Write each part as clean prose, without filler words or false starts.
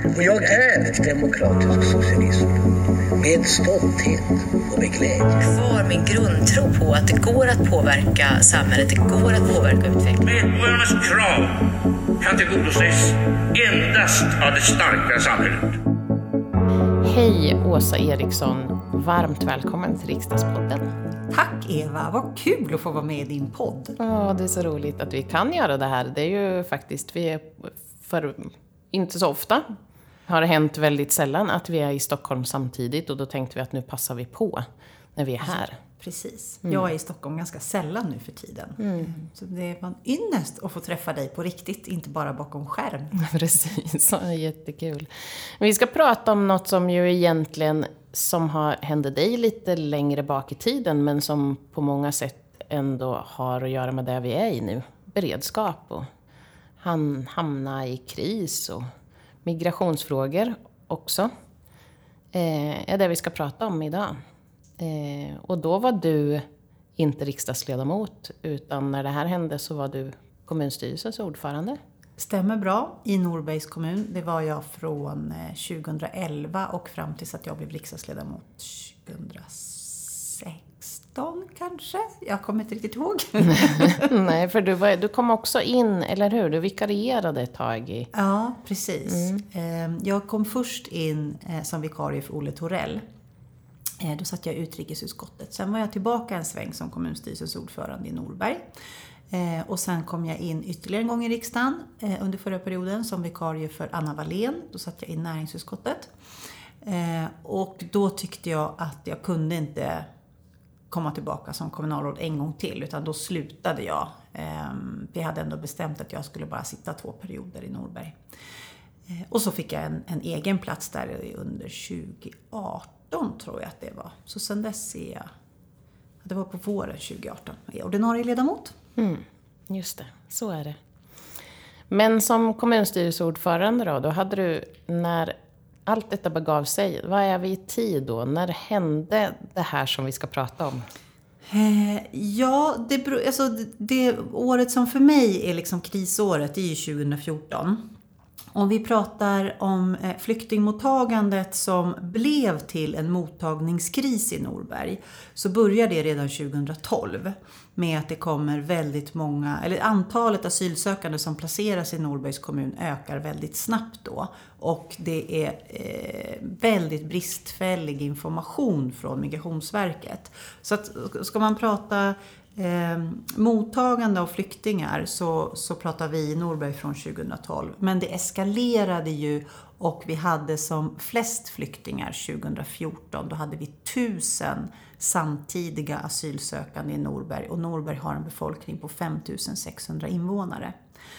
Och jag är demokratisk socialism. Med stolthet och med glädje. Kvar min grundtro på att det går att påverka samhället, det går att påverka utvecklingen. Medborgarnas krav kan tillgodoses endast av det starka samhället. Hej Åsa Eriksson, varmt välkommen till Riksdagspodden. Tack Eva, vad kul att få vara med i din podd. Ja, det är så roligt att vi kan göra det här. Det är ju faktiskt, vi är för inte så ofta. Har det hänt väldigt sällan att vi är i Stockholm samtidigt och då tänkte vi att nu passar vi på när vi är här. Precis, jag är i Stockholm ganska sällan nu för tiden. Så det var en ynnest att få träffa dig på riktigt, inte bara bakom skärm. Precis, jättekul. Vi ska prata om något som ju egentligen hände dig lite längre bak i tiden men som på många sätt ändå har att göra med det vi är i nu. Beredskap och hamna i kris och migrationsfrågor också är det vi ska prata om idag. Och då var du inte riksdagsledamot utan när det här hände så var du kommunstyrelsens ordförande. Stämmer bra, i Norbergs kommun. Det var jag från 2011 och fram tills att jag blev riksdagsledamot 2016 kanske. Jag kommer inte riktigt ihåg. Nej, för du kom också in, eller hur? Du vikarierade ett tag i... Ja, precis. Jag kom först in som vikarie för Olle Torell. Då satt jag i utrikesutskottet. Sen var jag tillbaka en sväng som kommunstyrelsens ordförande i Norberg. Och sen kom jag in ytterligare en gång i riksdagen under förra perioden som vikarie för Anna Wallén. Då satt jag i näringsutskottet. Och då tyckte jag att jag kunde inte komma tillbaka som kommunalråd en gång till. Utan då slutade jag. Vi hade ändå bestämt att jag skulle bara sitta 2 perioder i Norberg. Och så fick jag en egen plats där under 2018 tror jag att det var. Så sen dess är jag, det var på våren 2018, jag är ordinarie ledamot. Just det, så är det. Men som kommunstyrelseordförande då hade du, när allt detta begav sig, vad är vi i tid då? När hände det här som vi ska prata om? Ja, det året som för mig är liksom krisåret, det är ju 2014. Om vi pratar om flyktingmottagandet som blev till en mottagningskris i Norberg så började det redan 2012 med att det kommer väldigt många, eller antalet asylsökande som placeras i Norbergs kommun ökar väldigt snabbt då. Och det är väldigt bristfällig information från Migrationsverket. Så att, ska man prata mottagande av flyktingar så pratar vi i Norberg från 2012. Men det eskalerade ju och vi hade som flest flyktingar 2014. Då hade vi 1000 samtidiga asylsökande i Norberg. Och Norberg har en befolkning på 5600 invånare.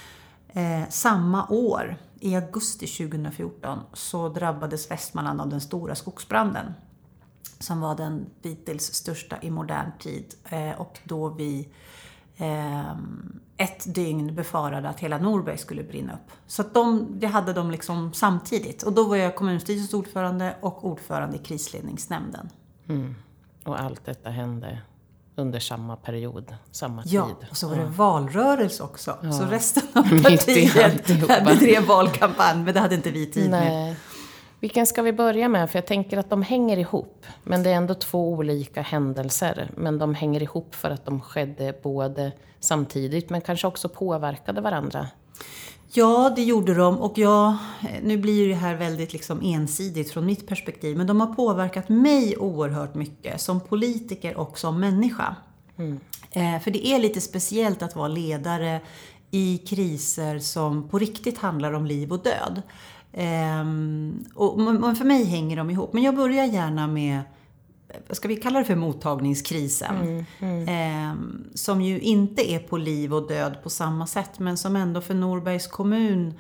Samma år, i augusti 2014, så drabbades Västmanland av den stora skogsbranden. Som var den dittills största i modern tid. Och då vi ett dygn befarade att hela Norberg skulle brinna upp. Så att det hade de liksom samtidigt. Och då var jag kommunstyrelsens ordförande och ordförande i krisledningsnämnden. Och allt detta hände under samma tid. Ja, och så var det valrörelse också. Ja. Så resten av partiet bedrev valkampanj, men det hade inte vi tid med. Vilken ska vi börja med? För jag tänker att de hänger ihop. Men det är ändå 2 olika händelser. Men de hänger ihop för att de skedde både samtidigt. Men kanske också påverkade varandra. Ja, det gjorde de. Och nu blir det här väldigt liksom ensidigt från mitt perspektiv. Men de har påverkat mig oerhört mycket. Som politiker och som människa. För det är lite speciellt att vara ledare i kriser som på riktigt handlar om liv och död. Och för mig hänger de ihop. Men jag börjar gärna med, vad ska vi kalla det för, mottagningskrisen. Som ju inte är på liv och död på samma sätt. Men som ändå för Norbergs kommun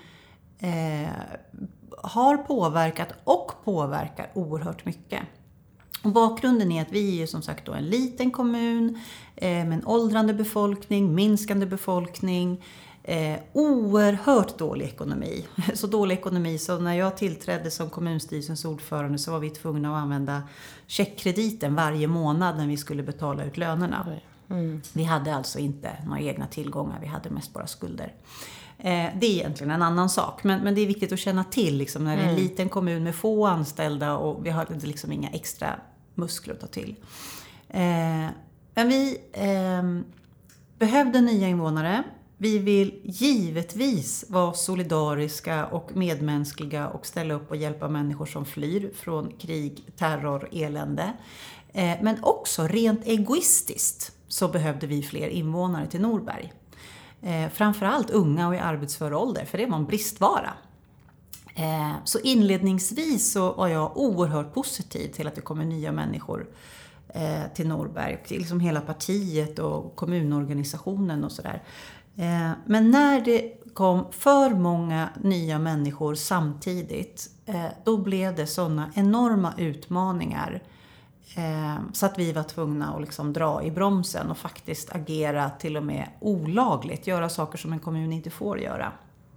har påverkat och påverkar oerhört mycket. Och bakgrunden är att vi är ju som sagt då en liten kommun med en åldrande befolkning, minskande befolkning. Oerhört dålig ekonomi. Så dålig ekonomi så när jag tillträdde som kommunstyrelsens ordförande så var vi tvungna att använda checkkrediten varje månad när vi skulle betala ut lönerna. Vi hade alltså inte några egna tillgångar, vi hade mest bara skulder. Det är egentligen en annan sak, men det är viktigt att känna till liksom, när det är en liten kommun med få anställda och vi har liksom inga extra muskler att ta till. Men vi behövde nya invånare. Vi vill givetvis vara solidariska och medmänskliga och ställa upp och hjälpa människor som flyr från krig, terror, elände. Men också rent egoistiskt så behövde vi fler invånare till Norberg. Framförallt unga och i arbetsför ålder, för det var en bristvara. Så inledningsvis så var jag oerhört positiv till att det kommer nya människor till Norberg. Till liksom hela partiet och kommunorganisationen och sådär. Men när det kom för många nya människor samtidigt, då blev det sådana enorma utmaningar. Så att vi var tvungna att liksom dra i bromsen och faktiskt agera till och med olagligt. Göra saker som en kommun inte får göra.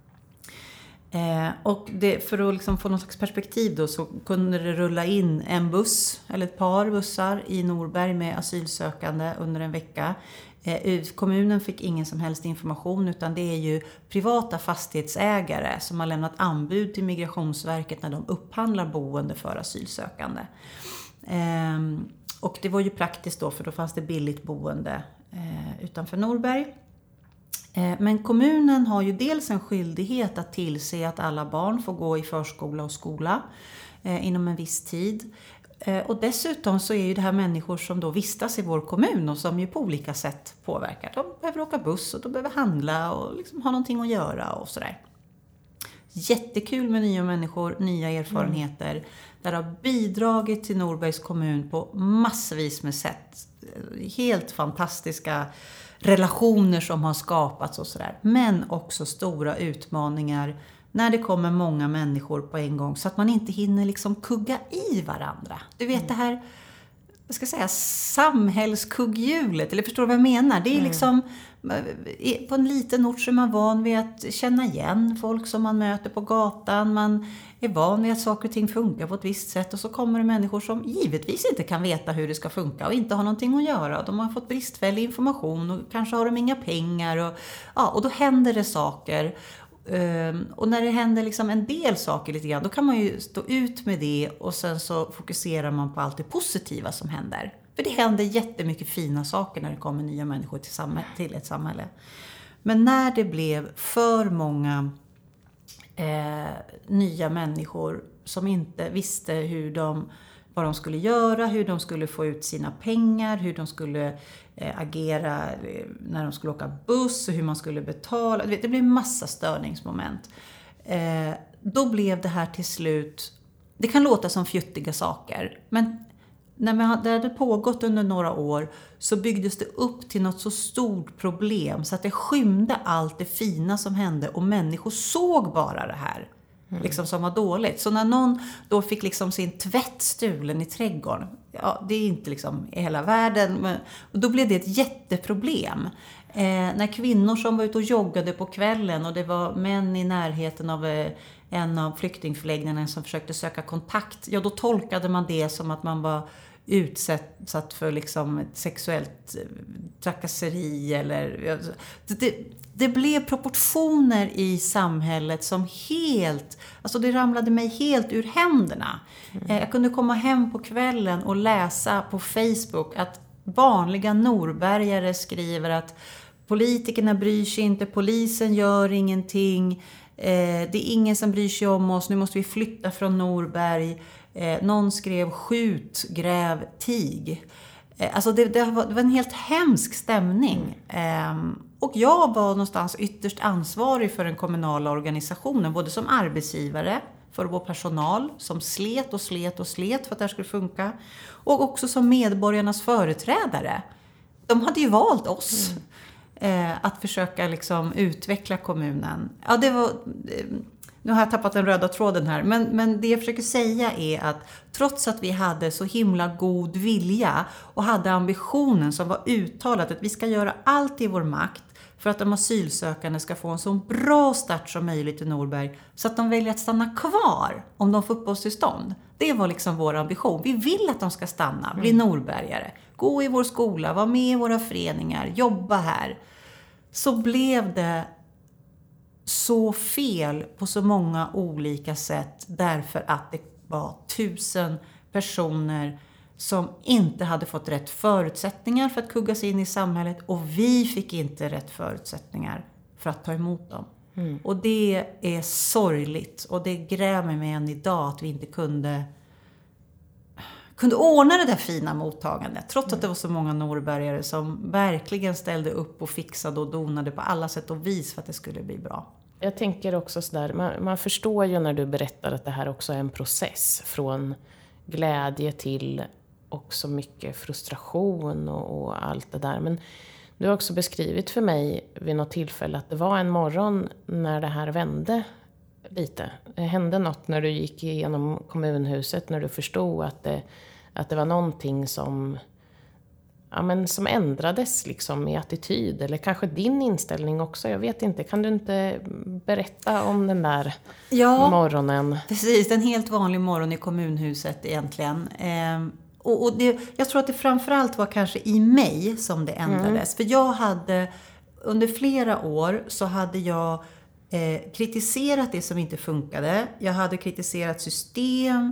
Och för att liksom få någon slags perspektiv då, så kunde det rulla in en buss eller ett par bussar i Norberg med asylsökande under en vecka. Kommunen fick ingen som helst information, utan det är ju privata fastighetsägare som har lämnat anbud till Migrationsverket när de upphandlar boende för asylsökande. Och det var ju praktiskt då, för då fanns det billigt boende utanför Norberg. Men kommunen har ju dels en skyldighet att tillse att alla barn får gå i förskola och skola inom en viss tid. Och dessutom så är ju det här människor som då vistas i vår kommun och som ju på olika sätt påverkar. De behöver åka buss och de behöver handla och liksom ha någonting att göra och sådär. Jättekul med nya människor, nya erfarenheter. Där har bidragit till Norbergs kommun på massvis med sätt. Helt fantastiska relationer som har skapats och sådär. Men också stora utmaningar när det kommer många människor på en gång. Så att man inte hinner liksom kugga i varandra. Du vet det här, vad ska jag säga, samhällskugghjulet. Eller förstår du vad jag menar? Det är liksom, på en liten ort så är man van vid att känna igen folk som man möter på gatan. Man är van vid att saker och ting funkar på ett visst sätt. Och så kommer det människor som givetvis inte kan veta hur det ska funka och inte har någonting att göra. De har fått bristfällig information och kanske har de inga pengar. Och då händer det saker. Och när det händer liksom en del saker lite grann, då kan man ju stå ut med det och sen så fokuserar man på allt det positiva som händer. För det händer jättemycket fina saker när det kommer nya människor till ett samhälle. Men när det blev för många nya människor som inte visste vad de skulle göra, hur de skulle få ut sina pengar, hur de skulle agera när de skulle åka buss och hur man skulle betala. Det blev massa störningsmoment. Då blev det här till slut, det kan låta som fjuttiga saker, men när det hade pågått under några år så byggdes det upp till något så stort problem så att det skymde allt det fina som hände och människor såg bara det här. Liksom som var dåligt. Så när någon då fick liksom sin tvätt stulen i trädgården, ja, det är inte liksom i hela världen, men och då blev det ett jätteproblem. När kvinnor som var ute och joggade på kvällen och det var män i närheten av en av flyktingförläggningarna som försökte söka kontakt, ja, då tolkade man det som att man var utsatt för liksom ett sexuellt trakasseri eller det blev proportioner i samhället som helt, alltså det ramlade mig helt ur händerna. Jag kunde komma hem på kvällen och läsa på Facebook att vanliga norbergare skriver att politikerna bryr sig inte, polisen gör ingenting, det är ingen som bryr sig om oss, nu måste vi flytta från Norberg. Någon skrev skjut, gräv, tig. Alltså det var en helt hemsk stämning. Och jag var någonstans ytterst ansvarig för den kommunala organisationen. Både som arbetsgivare för vår personal som slet för att det här skulle funka. Och också som medborgarnas företrädare. De hade ju valt oss att försöka liksom utveckla kommunen. Ja, det var... Nu har jag tappat den röda tråden här. Men det jag försöker säga är att trots att vi hade så himla god vilja och hade ambitionen som var uttalat att vi ska göra allt i vår makt för att de asylsökande ska få en så bra start som möjligt i Norberg så att de väljer att stanna kvar om de får uppehållstillstånd. Det var liksom vår ambition. Vi vill att de ska stanna, bli norbergare, gå i vår skola, vara med i våra föreningar, jobba här. Så blev det så fel på så många olika sätt därför att det var 1000 personer som inte hade fått rätt förutsättningar för att kugga sig in i samhället, och vi fick inte rätt förutsättningar för att ta emot dem. Och det är sorgligt, och det grämer mig än idag att vi inte kunde ordna det där fina mottagandet. Trots att det var så många norrbergare som verkligen ställde upp och fixade och donade på alla sätt och vis för att det skulle bli bra. Jag tänker också sådär, man förstår ju när du berättar att det här också är en process från glädje till också mycket frustration och allt det där. Men du har också beskrivit för mig vid något tillfälle att det var en morgon när det här vände lite. Det hände något när du gick igenom kommunhuset, när du förstod att det var någonting som ändrades liksom i attityd, eller kanske din inställning också, jag vet inte. Kan du inte berätta om den där morgonen? Precis, en helt vanlig morgon i kommunhuset egentligen. Och jag tror att det framförallt var kanske i mig som det ändrades. För jag hade, under flera år så hade jag kritiserat det som inte funkade. Jag hade kritiserat system,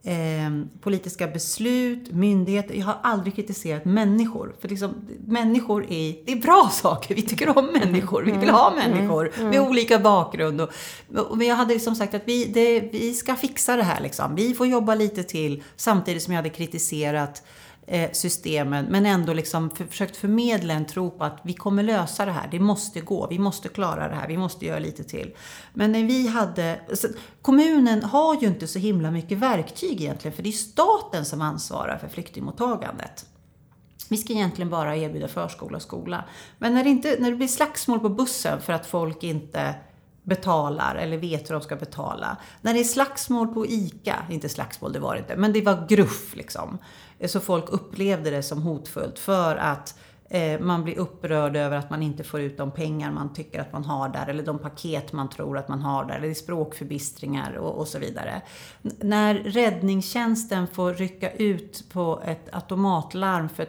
politiska beslut, myndigheter. Jag har aldrig kritiserat människor. För liksom, människor det är bra saker. Vi tycker om människor. Vi vill ha människor med olika bakgrund. Men jag hade liksom sagt att vi ska fixa det här. Liksom. Vi får jobba lite till. Samtidigt som jag hade kritiserat systemen, men ändå liksom försökt förmedla en tro på att vi kommer lösa det här, det måste gå, vi måste klara det här, vi måste göra lite till. Men när kommunen har ju inte så himla mycket verktyg egentligen, för det är staten som ansvarar för flyktingmottagandet. Vi ska egentligen bara erbjuda förskola och skola. Men när det blir slagsmål på bussen för att folk inte betalar eller vet hur de ska betala. När det är slagsmål på ICA, inte slagsmål, det var det inte, men det var gruff liksom. Så folk upplevde det som hotfullt för att man blir upprörd över att man inte får ut de pengar man tycker att man har där, eller de paket man tror att man har där, eller språkförbistringar och så vidare. När räddningstjänsten får rycka ut på ett automatlarm för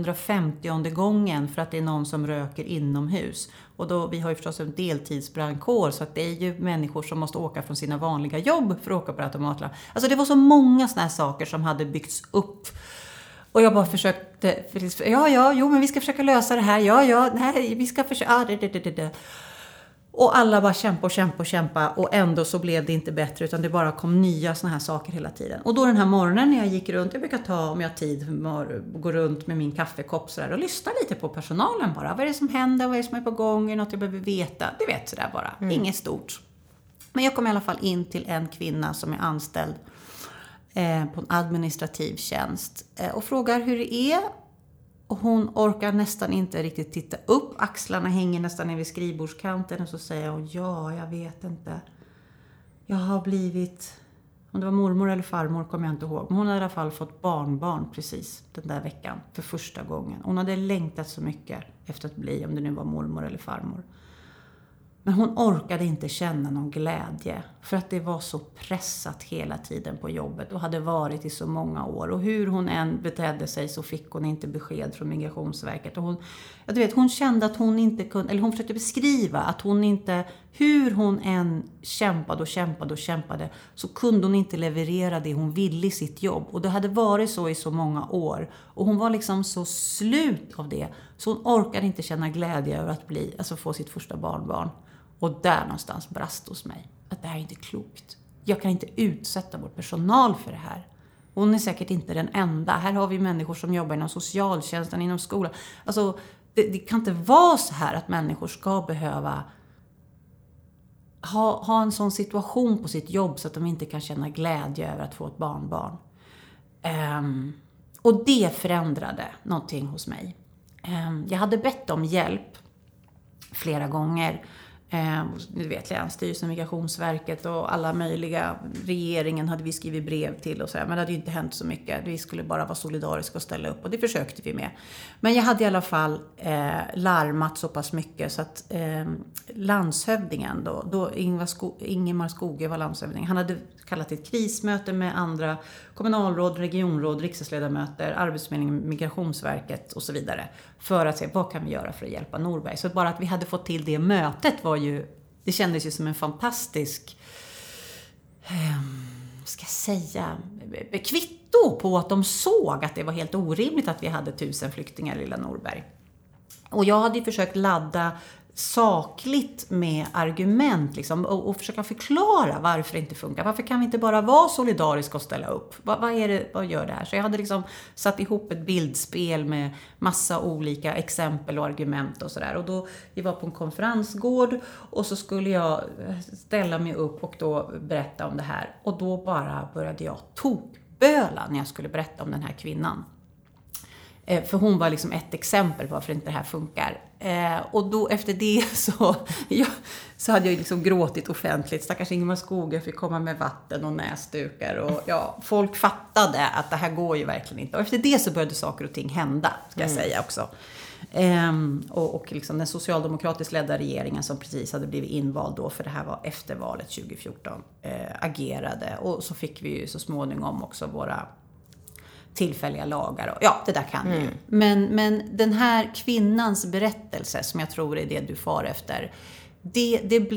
250:e gången för att det är någon som röker inomhus. Och då, vi har ju förstås en deltidsbrandkår, så att det är ju människor som måste åka från sina vanliga jobb för att åka på automatlarm. Alltså det var så många såna här saker som hade byggts upp. Och jag bara försökte, men vi ska försöka lösa det här. Nej, vi ska försöka. Och alla bara kämpa. Och ändå så blev det inte bättre, utan det bara kom nya såna här saker hela tiden. Och då den här morgonen när jag gick runt, jag brukar ta, om jag har tid, gå runt med min kaffekopp sådär och lyssna lite på personalen bara. Vad är det som händer? Vad är det som är på gång? Är något jag behöver veta? Du vet, sådär bara. Inget stort. Men jag kom i alla fall in till en kvinna som är anställd på en administrativ tjänst och frågar hur det är. Och hon orkar nästan inte riktigt titta upp. Axlarna hänger nästan ner vid skrivbordskanten. Och så säger hon, jag vet inte. Jag har blivit, om det var mormor eller farmor kommer jag inte ihåg. Men hon hade i alla fall fått barnbarn precis den där veckan för första gången. Hon hade längtat så mycket efter att bli, om det nu var mormor eller farmor. Men hon orkade inte känna någon glädje, för att det var så pressat hela tiden på jobbet och hade varit i så många år. Och hur hon än betedde sig så fick hon inte besked från Migrationsverket. Och hon kände att hon inte kunde, eller hon försökte beskriva att hon inte, hur hon än kämpade så kunde hon inte leverera det hon ville i sitt jobb. Och det hade varit så i så många år. Och hon var liksom så slut av det, så hon orkade inte känna glädje över att få sitt första barnbarn. Och där någonstans brast hos mig att det här är inte klokt. Jag kan inte utsätta vår personal för det här. Hon är säkert inte den enda. Här har vi människor som jobbar inom socialtjänsten, inom skolan. Alltså, det kan inte vara så här att människor ska behöva ha en sån situation på sitt jobb så att de inte kan känna glädje över att få ett barnbarn. Och det förändrade någonting hos mig. Jag hade bett om hjälp flera gånger. Du vet, Länsstyrelsen, Migrationsverket och alla möjliga, regeringen hade vi skrivit brev till och så här, men det hade ju inte hänt så mycket. Vi skulle bara vara solidariska och ställa upp, och det försökte vi med. Men jag hade i alla fall larmat så pass mycket så att landshövdingen då Ingemar Skoge var landshövding. Han hade kallat ett krismöte med andra kommunalråd, regionråd, riksdagsledamöter, Arbetsförmedlingen, Migrationsverket och så vidare, för att se vad kan vi göra för att hjälpa Norberg. Så bara att vi hade fått till det mötet var ju det kändes ju som en fantastisk ska jag säga, kvitto på att de såg att det var helt orimligt att vi hade 1000 flyktingar i lilla Norberg. Och jag hade ju försökt ladda sakligt med argument liksom, och försöka förklara varför det inte funkar. Varför kan vi inte bara vara solidariska och ställa upp? Vad gör det här? Så jag hade liksom satt ihop ett bildspel med massa olika exempel och argument och sådär. Och då, vi var på en konferensgård och så skulle jag ställa mig upp och då berätta om det här. Och då bara började jag tokböla när jag skulle berätta om den här kvinnan. För hon var liksom ett exempel på varför inte det här funkar. Och då efter det så hade jag liksom gråtit offentligt. Stackars Ingemar Skoger fick komma med vatten och näsdukar. Och ja, folk fattade att det här går ju verkligen inte. Och efter det så började saker och ting hända, ska jag säga också. Och liksom den socialdemokratiskt ledda regeringen som precis hade blivit invald då, för det här var efter valet 2014, agerade. Och så fick vi ju så småningom också våra tillfälliga lagar och ja, det där kan ju. Men den här kvinnans berättelse som jag tror är det du far efter, det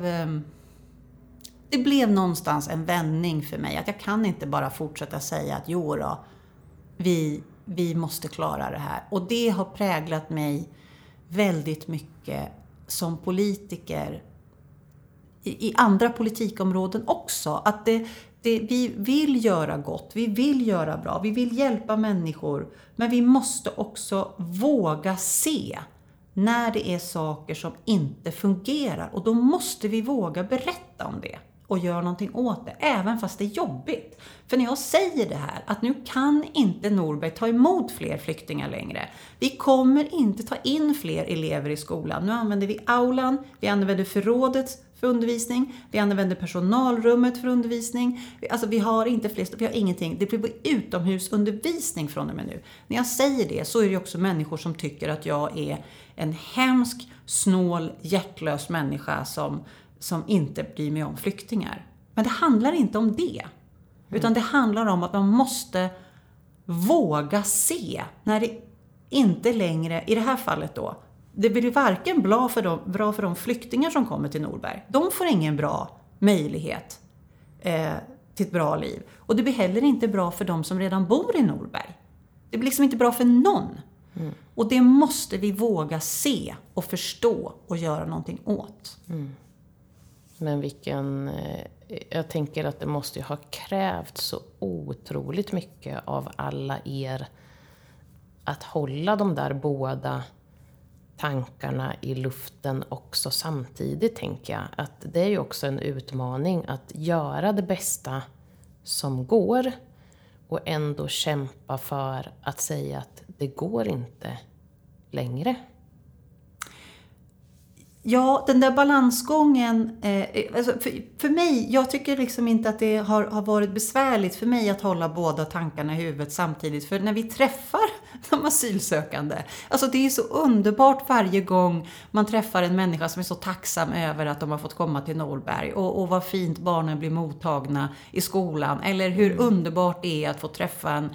blev någonstans en vändning för mig. Att jag kan inte bara fortsätta säga att jo då, vi måste klara det här. Och det har präglat mig väldigt mycket som politiker i andra politikområden också. Att vi vill göra gott, vi vill göra bra, vi vill hjälpa människor. Men vi måste också våga se när det är saker som inte fungerar. Och då måste vi våga berätta om det och göra någonting åt det, även fast det är jobbigt. För när jag säger det här, att nu kan inte Norberg ta emot fler flyktingar längre. Vi kommer inte ta in fler elever i skolan. Nu använder vi aulan, vi använder förrådet för undervisning, vi använder personalrummet för undervisning. Alltså vi har inte fler, vi har ingenting. Det blir utomhusundervisning från och med nu. När jag säger det så är det också människor som tycker att jag är en hemsk, snål, hjärtlös människa som inte bryr mig om flyktingar. Men det handlar inte om det. Utan det handlar om att man måste våga se när det inte längre, i det här fallet då, det blir varken bra för de flyktingar som kommer till Norberg. De får ingen bra möjlighet till ett bra liv. Och det blir heller inte bra för de som redan bor i Norberg. Det blir liksom inte bra för någon. Och det måste vi våga se och förstå och göra någonting åt. Men jag tänker att det måste ju ha krävt så otroligt mycket av alla er att hålla de där båda tankarna i luften också samtidigt, tänker jag. Att det är ju också en utmaning att göra det bästa som går och ändå kämpa för att säga att det går inte längre. Ja, den där balansgången, alltså för mig, jag tycker liksom inte att det har varit besvärligt för mig att hålla båda tankarna i huvudet samtidigt. För när vi träffar de asylsökande, alltså det är så underbart varje gång man träffar en människa som är så tacksam över att de har fått komma till Norberg. Och vad fint barnen blir mottagna i skolan. Eller hur underbart det är att få träffa en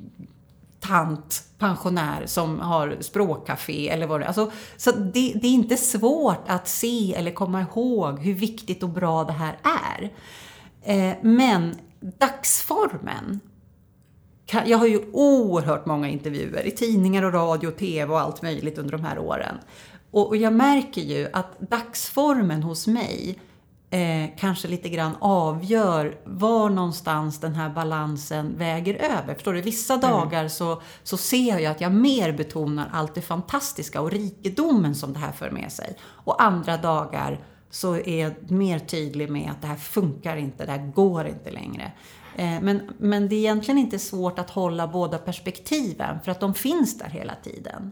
pensionär som har språkcafé eller vad det är. Alltså, så det är inte svårt att se eller komma ihåg hur viktigt och bra det här är. Men dagsformen, jag har ju oerhört många intervjuer i tidningar och radio och tv och allt möjligt under de här åren. Och jag märker ju att dagsformen hos mig kanske lite grann avgör var någonstans den här balansen väger över. Förstår du? Vissa dagar så ser jag att jag mer betonar allt det fantastiska och rikedomen som det här för med sig. Och andra dagar så är jag mer tydlig med att det här funkar inte, det här går inte längre. Men det är egentligen inte svårt att hålla båda perspektiven för att de finns där hela tiden.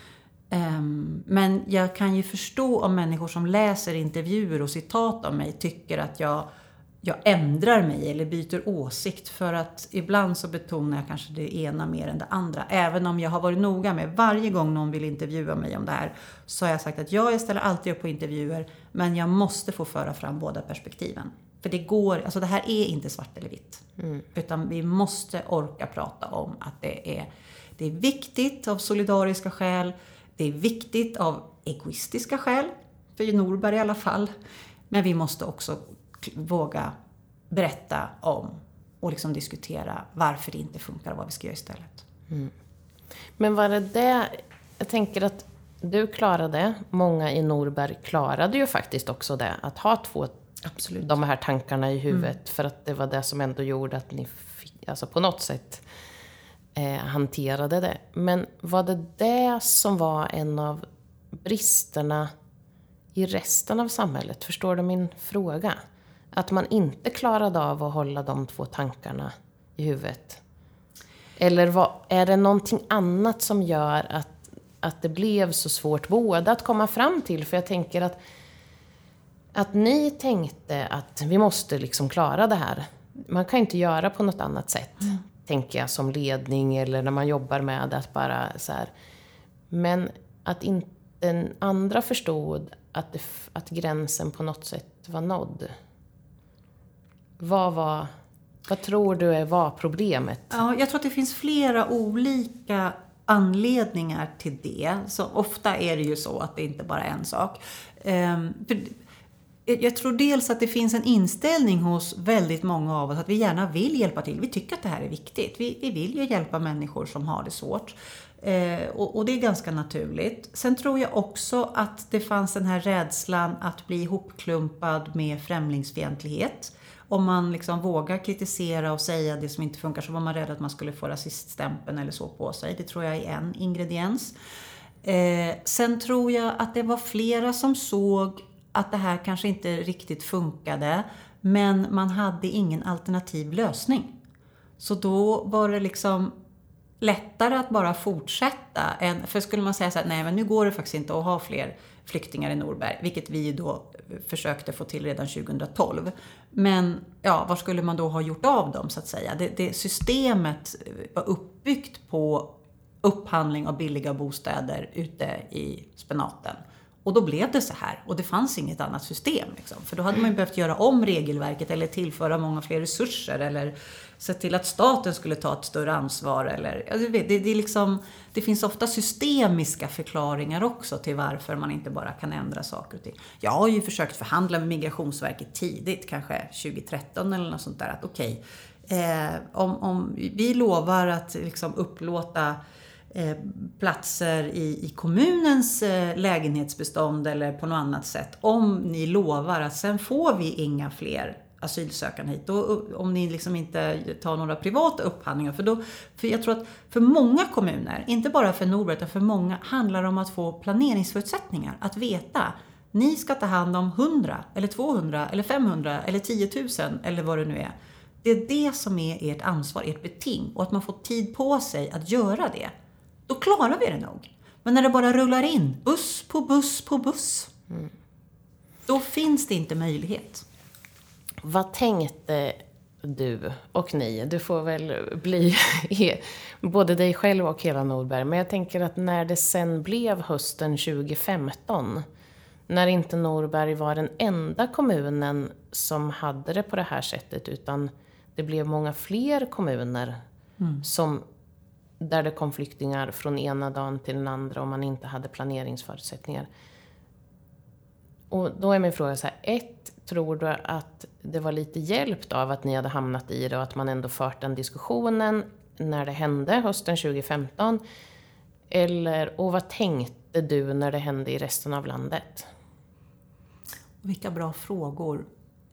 Men jag kan ju förstå om människor som läser intervjuer och citat av mig tycker att jag ändrar mig eller byter åsikt, för att ibland så betonar jag kanske det ena mer än det andra. Även om jag har varit noga med varje gång någon vill intervjua mig om det här, så har jag sagt att jag ställer alltid upp på intervjuer, men jag måste få föra fram båda perspektiven. För det går, alltså det här är inte svart eller vitt. Utan vi måste orka prata om att det är viktigt av solidariska skäl. Det är viktigt av egoistiska skäl. för Norberg i alla fall. Men vi måste också våga berätta om och liksom diskutera varför det inte funkar och vad vi ska göra istället. Men var det, jag tänker att du klarade, många i Norberg klarade ju faktiskt också det, att ha de här tankarna i huvudet, för att det var det som ändå gjorde att ni alltså på något sätt hanterade det. Men var det som var en av bristerna i resten av samhället? Förstår du min fråga? Att man inte klarade av att hålla de 2 tankarna i huvudet? Eller är det någonting annat som gör att det blev så svårt både att komma fram till? För jag tänker att ni tänkte att vi måste liksom klara det här. Man kan inte göra på något annat sätt, tänker jag, som ledning eller när man jobbar med det, att bara så här. Men att inte den andra förstod att gränsen på något sätt var nådd. Vad tror du var problemet? Ja, jag tror att det finns flera olika anledningar till det. Så ofta är det ju så att det inte bara är en sak. Jag tror dels att det finns en inställning hos väldigt många av oss att vi gärna vill hjälpa till. Vi tycker att det här är viktigt. Vi vill ju hjälpa människor som har det svårt. Och det är ganska naturligt. Sen tror jag också att det fanns den här rädslan att bli ihopklumpad med främlingsfientlighet. Om man liksom vågar kritisera och säga det som inte funkar, så var man rädd att man skulle få rasiststämpeln eller så på sig. Det tror jag är en ingrediens. Sen tror jag att det var flera som såg att det här kanske inte riktigt funkade, men man hade ingen alternativ lösning. Så då var det liksom lättare att bara fortsätta. För skulle man säga så här, nej men nu går det faktiskt inte att ha fler flyktingar i Norberg, vilket vi då försökte få till redan 2012. Men ja, vad skulle man då ha gjort av dem så att säga? Det systemet var uppbyggt på upphandling av billiga bostäder ute i spenaten. Och då blev det så här. Och det fanns inget annat system. Liksom. För då hade man ju behövt göra om regelverket eller tillföra många fler resurser. Eller se till att staten skulle ta ett större ansvar. Eller, ja, det finns ofta systemiska förklaringar också till varför man inte bara kan ändra saker och ting. Jag har ju försökt förhandla med Migrationsverket tidigt, kanske 2013 eller något sånt där. Att okej, om vi lovar att liksom upplåta platser i kommunens lägenhetsbestånd eller på något annat sätt, om ni lovar att sen får vi inga fler asylsökande hit, då, om ni liksom inte tar några privata upphandlingar, för jag tror att för många kommuner, inte bara för Norberg utan för många, handlar det om att få planeringsförutsättningar, att veta ni ska ta hand om 100 eller 200 eller 500 eller 10 000 eller vad det nu är. Det är det som är ert ansvar, ert beting, och att man får tid på sig att göra det. Då klarar vi det nog. Men när det bara rullar in buss på buss på buss, då finns det inte möjlighet. Vad tänkte du och ni? Du får väl bli både dig själv och hela Norberg. Men jag tänker att när det sen blev hösten 2015, när inte Norberg var den enda kommunen som hade det på det här sättet, utan det blev många fler kommuner där det kom flyktingar från ena dagen till den andra och man inte hade planeringsförutsättningar. Och då är min fråga så här: tror du att det var lite hjälpt av att ni hade hamnat i det och att man ändå fört den diskussionen när det hände hösten 2015? Och vad tänkte du när det hände i resten av landet? Vilka bra frågor.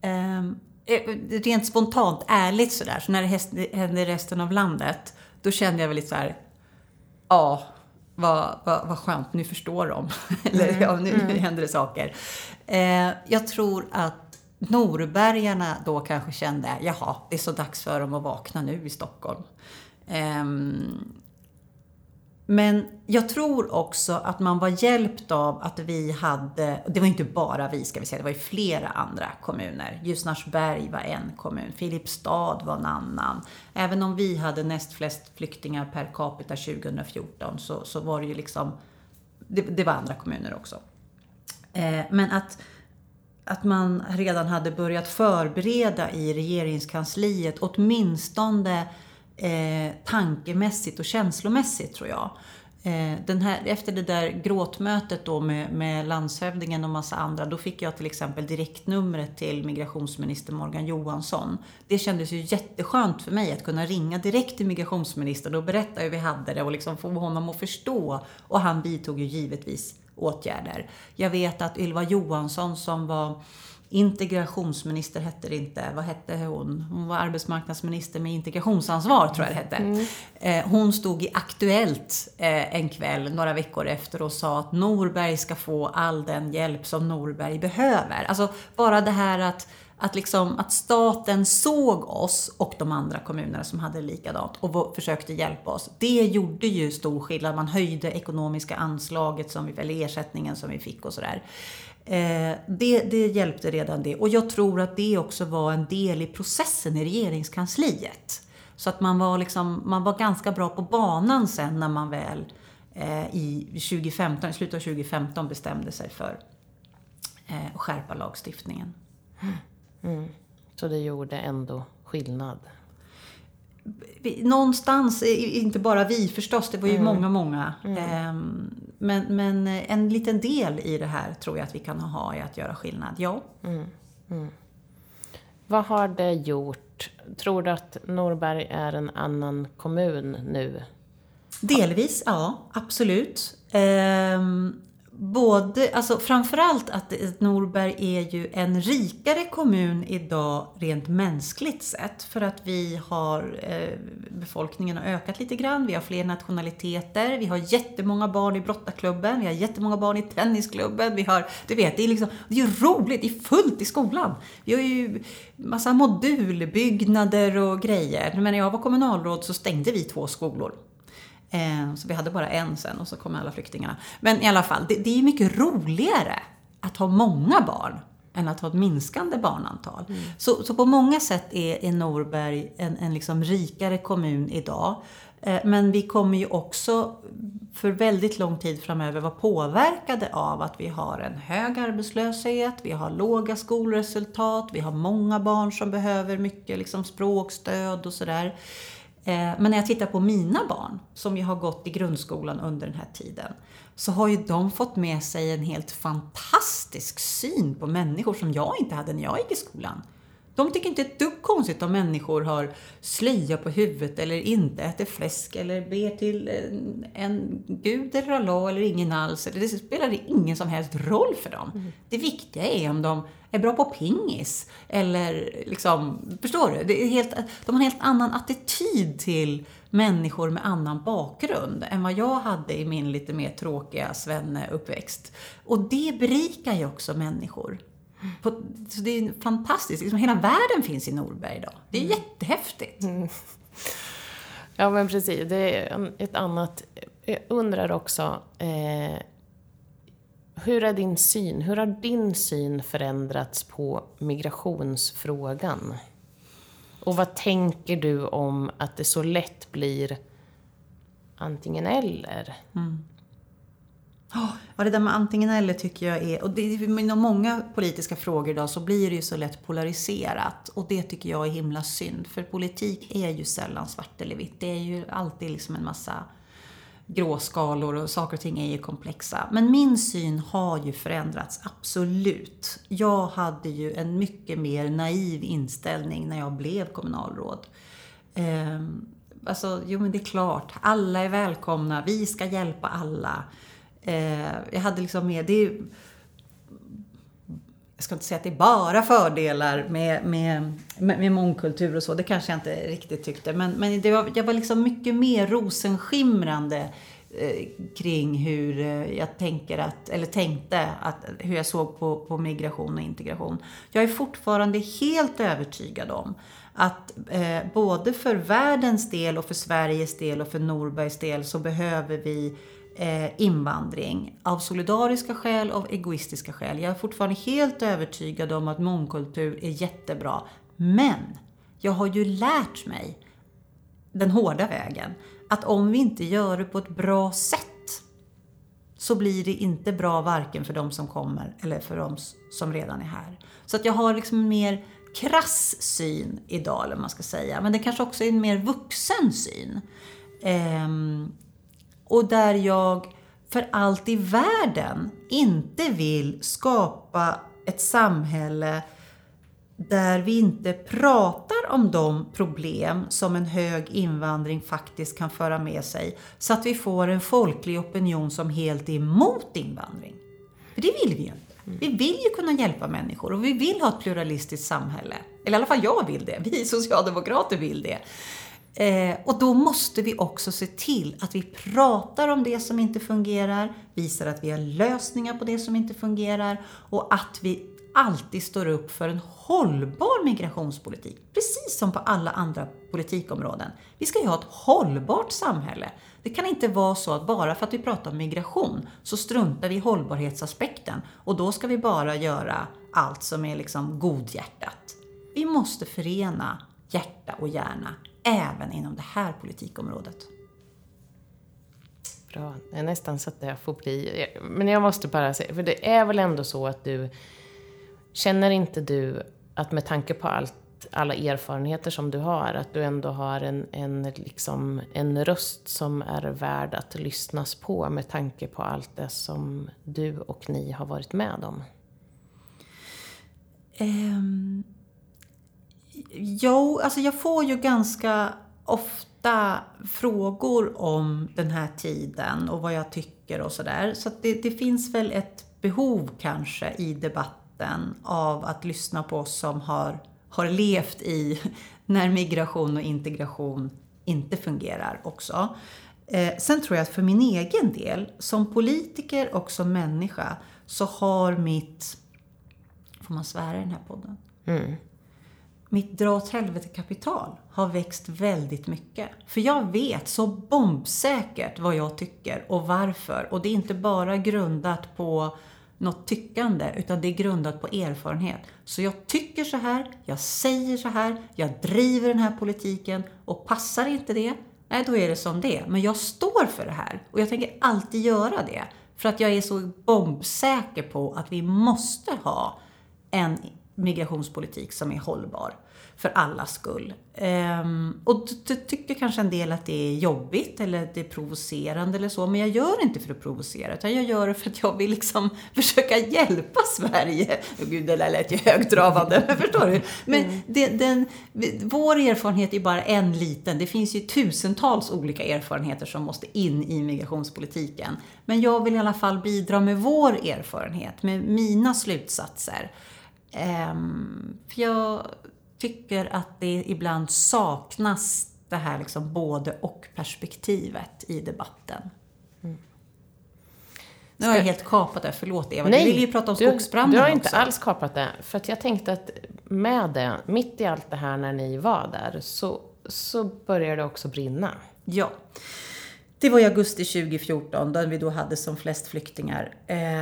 Rent spontant, ärligt sådär, så när det hände i resten av landet, då kände jag väl lite så här: ja, vad skönt, nu förstår de. Eller ja, nu händer det saker. Jag tror att norbergarna då kanske kände, jaha, det är så dags för dem att vakna nu i Stockholm. Men jag tror också att man var hjälpt av att vi hade, det var inte bara vi ska vi säga, det var ju flera andra kommuner. Ljusnarsberg var en kommun, Filipstad var en annan. Även om vi hade näst flest flyktingar per capita 2014 så var det ju liksom, det var andra kommuner också. Men att man redan hade börjat förbereda i regeringskansliet, åtminstone tankemässigt och känslomässigt, tror jag. Efter det där gråtmötet då med landshövdingen och massa andra, då fick jag till exempel direktnumret till migrationsminister Morgan Johansson. Det kändes ju jätteskönt för mig att kunna ringa direkt till migrationsministern och berätta hur vi hade det och liksom få honom att förstå. Och han vidtog ju givetvis åtgärder. Jag vet att Ylva Johansson som var integrationsminister hette det inte. Vad hette hon? Hon var arbetsmarknadsminister med integrationsansvar tror jag det hette. Hon stod i Aktuellt en kväll några veckor efter och sa att Norberg ska få all den hjälp som Norberg behöver. Alltså bara det här att staten såg oss och de andra kommunerna som hade likadant och försökte hjälpa oss. Det gjorde ju stor skillnad. Man höjde ekonomiska anslaget eller ersättningen som vi fick och sådär. Det hjälpte redan det. Och jag tror att det också var en del i processen i regeringskansliet. Så att man var ganska bra på banan sen när man väl i slutet av 2015 bestämde sig för att skärpa lagstiftningen. Så det gjorde ändå skillnad? Någonstans, inte bara vi förstås, det var ju många. Men en liten del i det här tror jag att vi kan ha i att göra skillnad, ja. Vad har det gjort? Tror du att Norberg är en annan kommun nu? Delvis, ja, absolut. Framförallt att Norberg är ju en rikare kommun idag rent mänskligt sett. För att vi har befolkningen har ökat lite grann, vi har fler nationaliteter, vi har jättemånga barn i brottarklubben, vi har jättemånga barn i tennisklubben, det är ju roligt, det är fullt i skolan. Vi har ju massa modulbyggnader och grejer. Men när jag var kommunalråd så stängde vi 2 skolor. Så vi hade bara en sen och så kom alla flyktingarna. Men i alla fall, det är mycket roligare att ha många barn än att ha ett minskande barnantal. Så på många sätt är Norberg en liksom rikare kommun idag. Men vi kommer ju också för väldigt lång tid framöver vara påverkade av att vi har en hög arbetslöshet, vi har låga skolresultat, vi har många barn som behöver mycket liksom språkstöd och sådär. Men när jag tittar på mina barn som ju har gått i grundskolan under den här tiden, så har ju de fått med sig en helt fantastisk syn på människor som jag inte hade när jag gick i skolan. De tycker inte ett dugg konstigt om människor har slöja på huvudet eller inte äter fläsk eller ber till en gud eller Allah eller ingen alls. Det spelar ingen som helst roll för dem. Det viktiga är om de är bra på pingis eller liksom, förstår du? De har en helt annan attityd till människor med annan bakgrund än vad jag hade i min lite mer tråkiga svenneuppväxt. Och det berikar ju också människor. Så det är fantastiskt. Liksom hela världen finns i Norberg idag. Det är jättehäftigt. Ja, men precis. Det är ett annat... Jag undrar också... Hur har din syn förändrats på migrationsfrågan? Och vad tänker du om att det så lätt blir antingen eller? Ja, det där med antingen eller tycker jag är... Och det är inom många politiska frågor idag så blir det ju så lätt polariserat. Och det tycker jag är himla synd. För politik är ju sällan svart eller vitt. Det är ju alltid liksom en massa gråskalor och saker och ting är ju komplexa. Men min syn har ju förändrats, absolut. Jag hade ju en mycket mer naiv inställning när jag blev kommunalråd. Men det är klart, alla är välkomna, vi ska hjälpa alla. Jag hade liksom med jag ska inte säga att det är bara fördelar med mångkultur och så. Det kanske jag inte riktigt tyckte. Men jag var liksom mycket mer rosenskimrande kring hur jag tänkte hur jag såg på migration och integration. Jag är fortfarande helt övertygad om att både för världens del och för Sveriges del och för Norbergs del så behöver vi invandring av solidariska skäl och av egoistiska skäl. Jag är fortfarande helt övertygad om att mångkultur är jättebra. Men jag har ju lärt mig den hårda vägen att om vi inte gör det på ett bra sätt så blir det inte bra varken för de som kommer eller för de som redan är här. Så att jag har liksom en mer krass syn idag, eller man ska säga. Men det kanske också är en mer vuxen syn. och där jag för allt i världen inte vill skapa ett samhälle där vi inte pratar om de problem som en hög invandring faktiskt kan föra med sig, så att vi får en folklig opinion som helt är emot invandring. För det vill vi ju inte. Vi vill ju kunna hjälpa människor och vi vill ha ett pluralistiskt samhälle. Eller i alla fall jag vill det. Vi socialdemokrater vill det. Och då måste vi också se till att vi pratar om det som inte fungerar, visar att vi har lösningar på det som inte fungerar och att vi alltid står upp för en hållbar migrationspolitik. Precis som på alla andra politikområden. Vi ska ju ha ett hållbart samhälle. Det kan inte vara så att bara för att vi pratar om migration så struntar vi i hållbarhetsaspekten. Och då ska vi bara göra allt som är liksom godhjärtat. Vi måste förena hjärta och hjärna även inom det här politikområdet. Bra, det är nästan så att jag får bli... Men jag måste bara säga, för det är väl ändå så att du... Känner inte du att med tanke på alla erfarenheter som du har, att du ändå har en röst som är värd att lyssnas på med tanke på allt det som du och ni har varit med om? Alltså jag får ju ganska ofta frågor om den här tiden och vad jag tycker och sådär. Så att det finns väl ett behov kanske i debatten av att lyssna på oss som har levt i när migration och integration inte fungerar också. Sen tror jag att för min egen del, som politiker och som människa, så har får man svära i den här podden? Mitt dra åt helvete kapital har växt väldigt mycket. För jag vet så bombsäkert vad jag tycker och varför. Och det är inte bara grundat på något tyckande, utan det är grundat på erfarenhet. Så jag tycker så här, jag säger så här, jag driver den här politiken och passar inte det, nej då är det som det. Men jag står för det här och jag tänker alltid göra det. För att jag är så bombsäker på att vi måste ha en migrationspolitik som är hållbar för allas skull. Och tycker kanske en del att det är jobbigt eller det är provocerande eller så, men jag gör inte för att provocera, utan jag gör det för att jag vill liksom försöka hjälpa Sverige. Gud, det där lät ju högtravande, men förstår du? Men vår erfarenhet är bara en liten. Det finns ju tusentals olika erfarenheter som måste in i migrationspolitiken. Men jag vill i alla fall bidra med vår erfarenhet, med mina slutsatser. För jag tycker att det ibland saknas det här liksom både och perspektivet i debatten. Nu har jag helt kapat det, förlåt Eva. Nej, du vill ju prata om skogsbranden. Du har inte alls kapat det, för att jag tänkte att med det, mitt i allt det här när ni var där, så började det också brinna. Ja, det var i augusti 2014 då vi då hade som flest flyktingar.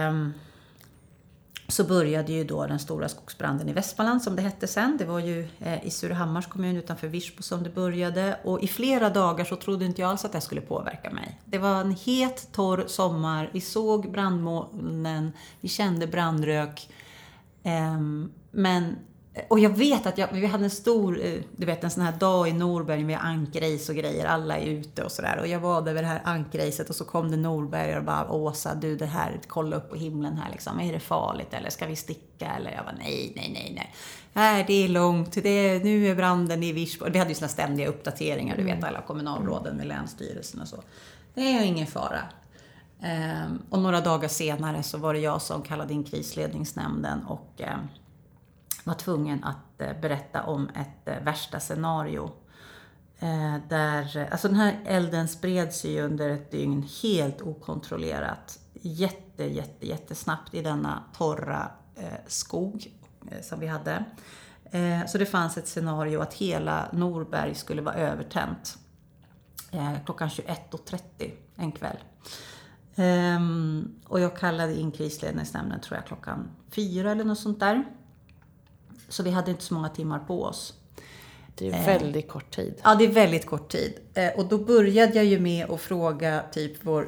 Så började ju då den stora skogsbranden i Västmanland som det hette sen. Det var ju i Surahammars kommun utanför Virsbo som det började. Och i flera dagar så trodde inte jag alls att det skulle påverka mig. Det var en het, torr sommar. Vi såg brandmolnen, vi kände brandrök. Och jag vet att vi hade en stor, en sån här dag i Norberg med ankerrace och grejer. Alla är ute och sådär. Och jag var där vid det här ankerracet och så kom det Norberg och bara, Åsa, du det här, kolla upp på himlen här liksom. Är det farligt eller ska vi sticka? Eller jag var nej. Nej, det är långt. Nu är branden i Virsbo. Vi hade ju såna ständiga uppdateringar, du vet, alla kommunalråden med länsstyrelsen och så. Det är ingen fara. Och några dagar senare så var det jag som kallade in krisledningsnämnden och var tvungen att berätta om ett värsta scenario. Alltså den här elden spreds ju under ett dygn helt okontrollerat. Jättesnabbt i denna torra skog som vi hade. Så det fanns ett scenario att hela Norberg skulle vara övertänt. Klockan 21:30 en kväll. Och jag kallade in krisledningsnämnden tror jag klockan 4 eller något sånt där. Så vi hade inte så många timmar på oss. Det är väldigt kort tid. Ja, det är väldigt kort tid. Och då började jag ju med att fråga typ vår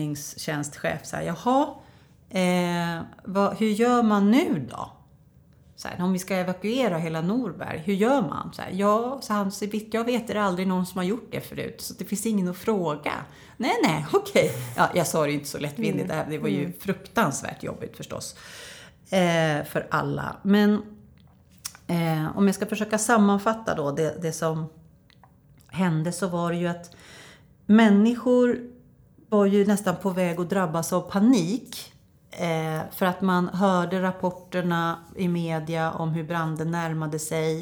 räddningstjänstchef så här, hur gör man nu då? Så här, om vi ska evakuera hela Norberg, hur gör man? Så här, ja, så han, jag vet det är aldrig någon som har gjort det förut. Så det finns ingen att fråga. Nej, okej. Ja, jag sa det ju inte så lättvindigt. Det var ju fruktansvärt jobbigt förstås. För alla. Men om jag ska försöka sammanfatta då det som hände, så var det ju att människor var ju nästan på väg att drabbas av panik. För att man hörde rapporterna i media om hur branden närmade sig.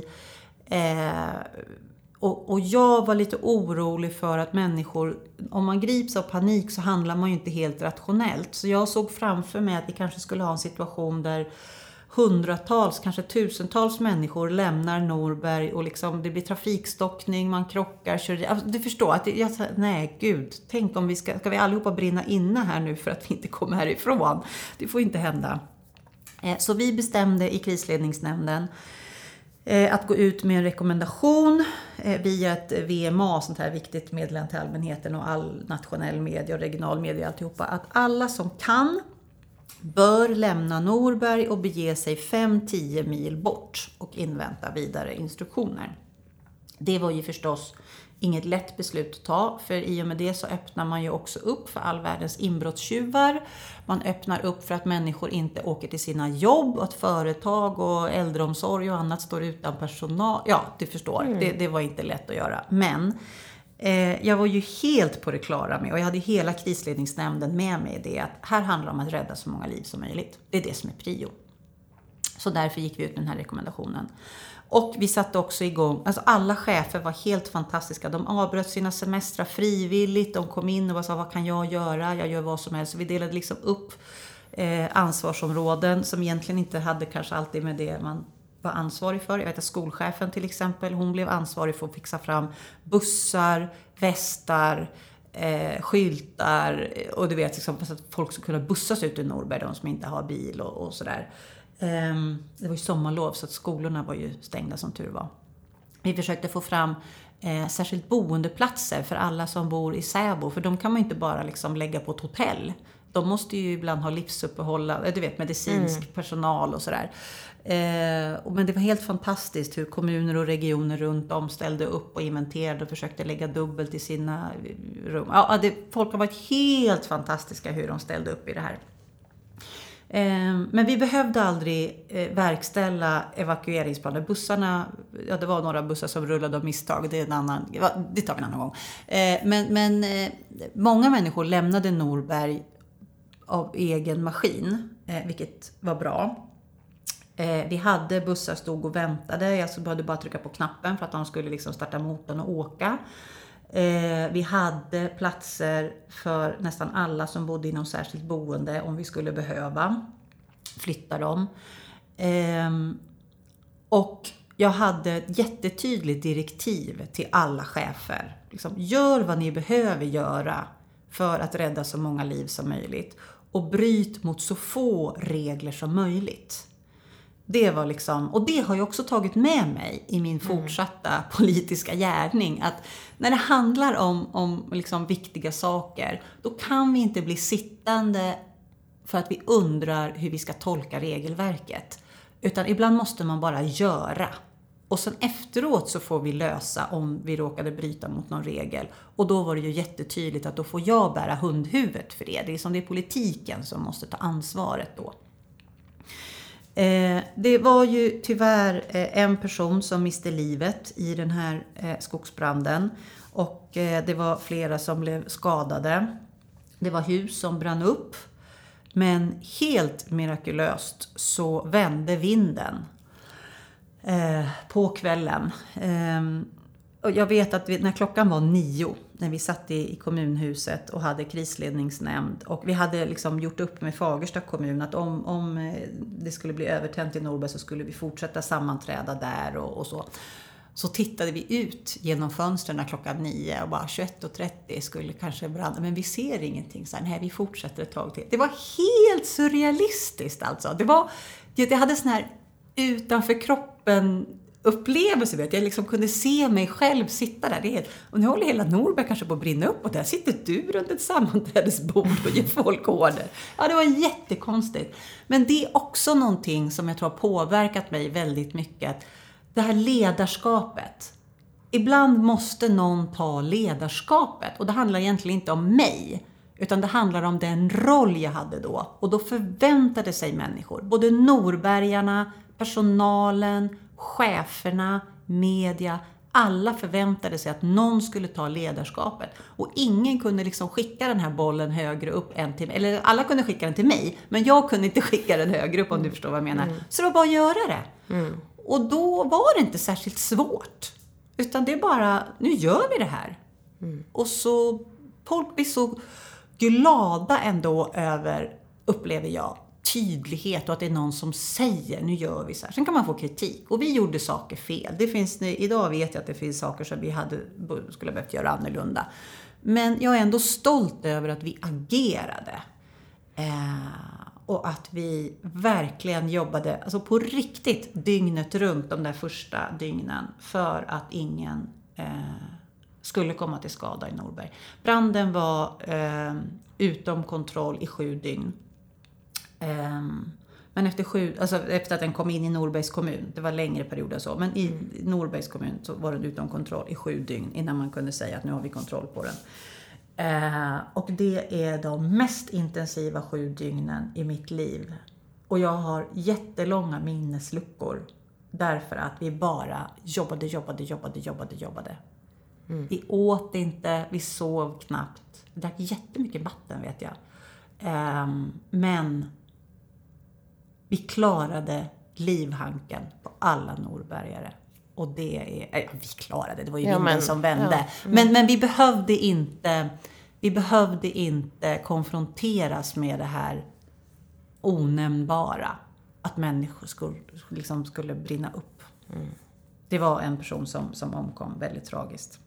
Och jag var lite orolig för att människor, om man grips av panik så handlar man ju inte helt rationellt. Så jag såg framför mig att vi kanske skulle ha en situation där hundratals, kanske tusentals människor lämnar Norberg och liksom det blir trafikstockning, man krockar, kör. Alltså, du förstår att nej gud, tänk om ska vi allihopa brinna inne här nu för att vi inte kommer härifrån. Det får inte hända. Så vi bestämde i krisledningsnämnden att gå ut med en rekommendation via ett VMA, sånt här viktigt meddelande till allmänheten och all nationell media och regional media och alltihopa, att alla som kan bör lämna Norberg och bege sig 5-10 mil bort och invänta vidare instruktioner. Det var ju förstås inget lätt beslut att ta, för i och med det så öppnar man ju också upp för all världens inbrottstjuvar. Man öppnar upp för att människor inte åker till sina jobb och att företag och äldreomsorg och annat står utan personal. Ja, du förstår, det var inte lätt att göra. Men jag var ju helt på det klara med, och jag hade hela krisledningsnämnden med mig i det, att här handlar det om att rädda så många liv som möjligt. Det är det som är prio. Så därför gick vi ut med den här rekommendationen. Och vi satte också igång, alltså alla chefer var helt fantastiska. De avbröt sina semestrar frivilligt. De kom in och sa, vad kan jag göra? Jag gör vad som helst. Så vi delade liksom upp ansvarsområden som egentligen inte hade kanske alltid med det man var ansvarig för. Jag vet att skolchefen till exempel, hon blev ansvarig för att fixa fram bussar, västar, skyltar. Och du vet, liksom, så att folk ska kunna bussas ut i Norberg, de som inte har bil och sådär. Det var ju sommarlov så att skolorna var ju stängda som tur var. Vi försökte få fram särskilt boendeplatser för alla som bor i Säbo. För de kan man ju inte bara liksom lägga på ett hotell. De måste ju ibland ha livsuppehålla, du vet, medicinsk personal och sådär. Men det var helt fantastiskt hur kommuner och regioner runt om ställde upp och inventerade och försökte lägga dubbelt i sina rum. Ja, folk har varit helt fantastiska hur de ställde upp i det här. Men vi behövde aldrig verkställa evakueringsplaner. Bussarna, ja, det var några bussar som rullade av misstag. Det tar vi en annan gång. Men många människor lämnade Norberg av egen maskin, vilket var bra. Vi hade bussar stod och väntade. Jag behövde bara trycka på knappen för att de skulle liksom starta motorn och åka. Vi hade platser för nästan alla som bodde inom särskilt boende om vi skulle behöva flytta dem. Och jag hade ett jättetydligt direktiv till alla chefer. Liksom, gör vad ni behöver göra för att rädda så många liv som möjligt. Och bryt mot så få regler som möjligt. Det var liksom, och det har jag också tagit med mig i min fortsatta politiska gärning. Att när det handlar om liksom viktiga saker, då kan vi inte bli sittande för att vi undrar hur vi ska tolka regelverket. Utan ibland måste man bara göra. Och sen efteråt så får vi lösa om vi råkade bryta mot någon regel. Och då var det ju jättetydligt att då får jag bära hundhuvudet för det. Det är som det är politiken som måste ta ansvaret då. Det var ju tyvärr en person som miste livet i den här skogsbranden. Och det var flera som blev skadade. Det var hus som brann upp. Men helt mirakulöst så vände vinden på kvällen. Och jag vet att när klockan var 9, när vi satt i kommunhuset och hade krisledningsnämnd. Och vi hade liksom gjort upp med Fagersta kommun att om det skulle bli övertänt i Norberg så skulle vi fortsätta sammanträda där och så. Så tittade vi ut genom fönstren klockan 9 och bara 21:30 skulle kanske bränna. Men vi ser ingenting. Så nej, vi fortsätter ett tag till. Det var helt surrealistiskt alltså. Det hade sån här utanför kroppen upplevelse. Vet jag liksom kunde se mig själv sitta där. Och nu håller hela Norberg kanske på att brinna upp. Och där sitter du runt ett sammanträdesbord och ger folk order. Ja, det var jättekonstigt. Men det är också någonting som jag tror har påverkat mig väldigt mycket. Det här ledarskapet. Ibland måste någon ta ledarskapet. Och det handlar egentligen inte om mig. Utan det handlar om den roll jag hade då. Och då förväntade sig människor. Både norbergarna, personalen, cheferna, media. Alla förväntade sig att någon skulle ta ledarskapet. Och ingen kunde liksom skicka den här bollen högre upp än till mig. Eller alla kunde skicka den till mig. Men jag kunde inte skicka den högre upp, om du förstår vad jag menar. Så det var bara att göra det. Och då var det inte särskilt svårt. Utan det är bara, nu gör vi det här. Och så, folk blir så glada ändå över, upplever jag, tydlighet och att det är någon som säger, nu gör vi så här. Sen kan man få kritik. Och vi gjorde saker fel. Idag vet jag att det finns saker som vi skulle behövt göra annorlunda. Men jag är ändå stolt över att vi agerade. Och att vi verkligen jobbade, alltså på riktigt, dygnet runt de där första dygnen. För att ingen skulle komma till skada i Norberg. Branden var utom kontroll i 7 dygn. Men efter att den kom in i Norbergs kommun, det var längre perioder så, men i Norbergs kommun så var den utom kontroll i 7 dygn innan man kunde säga att nu har vi kontroll på den. Och det är de mest intensiva 7 dygnen i mitt liv. Och jag har jättelånga minnesluckor därför att vi bara jobbade. Vi åt inte, vi sov knappt. Vi drack jättemycket vatten, vet jag. Men vi klarade livhanken på alla norbergare. Och det är, vi klarade, det var ju vinden som vände. Ja. Men vi behövde inte konfronteras med det här onämnbara. Att människor skulle brinna upp. Det var en person som omkom väldigt tragiskt.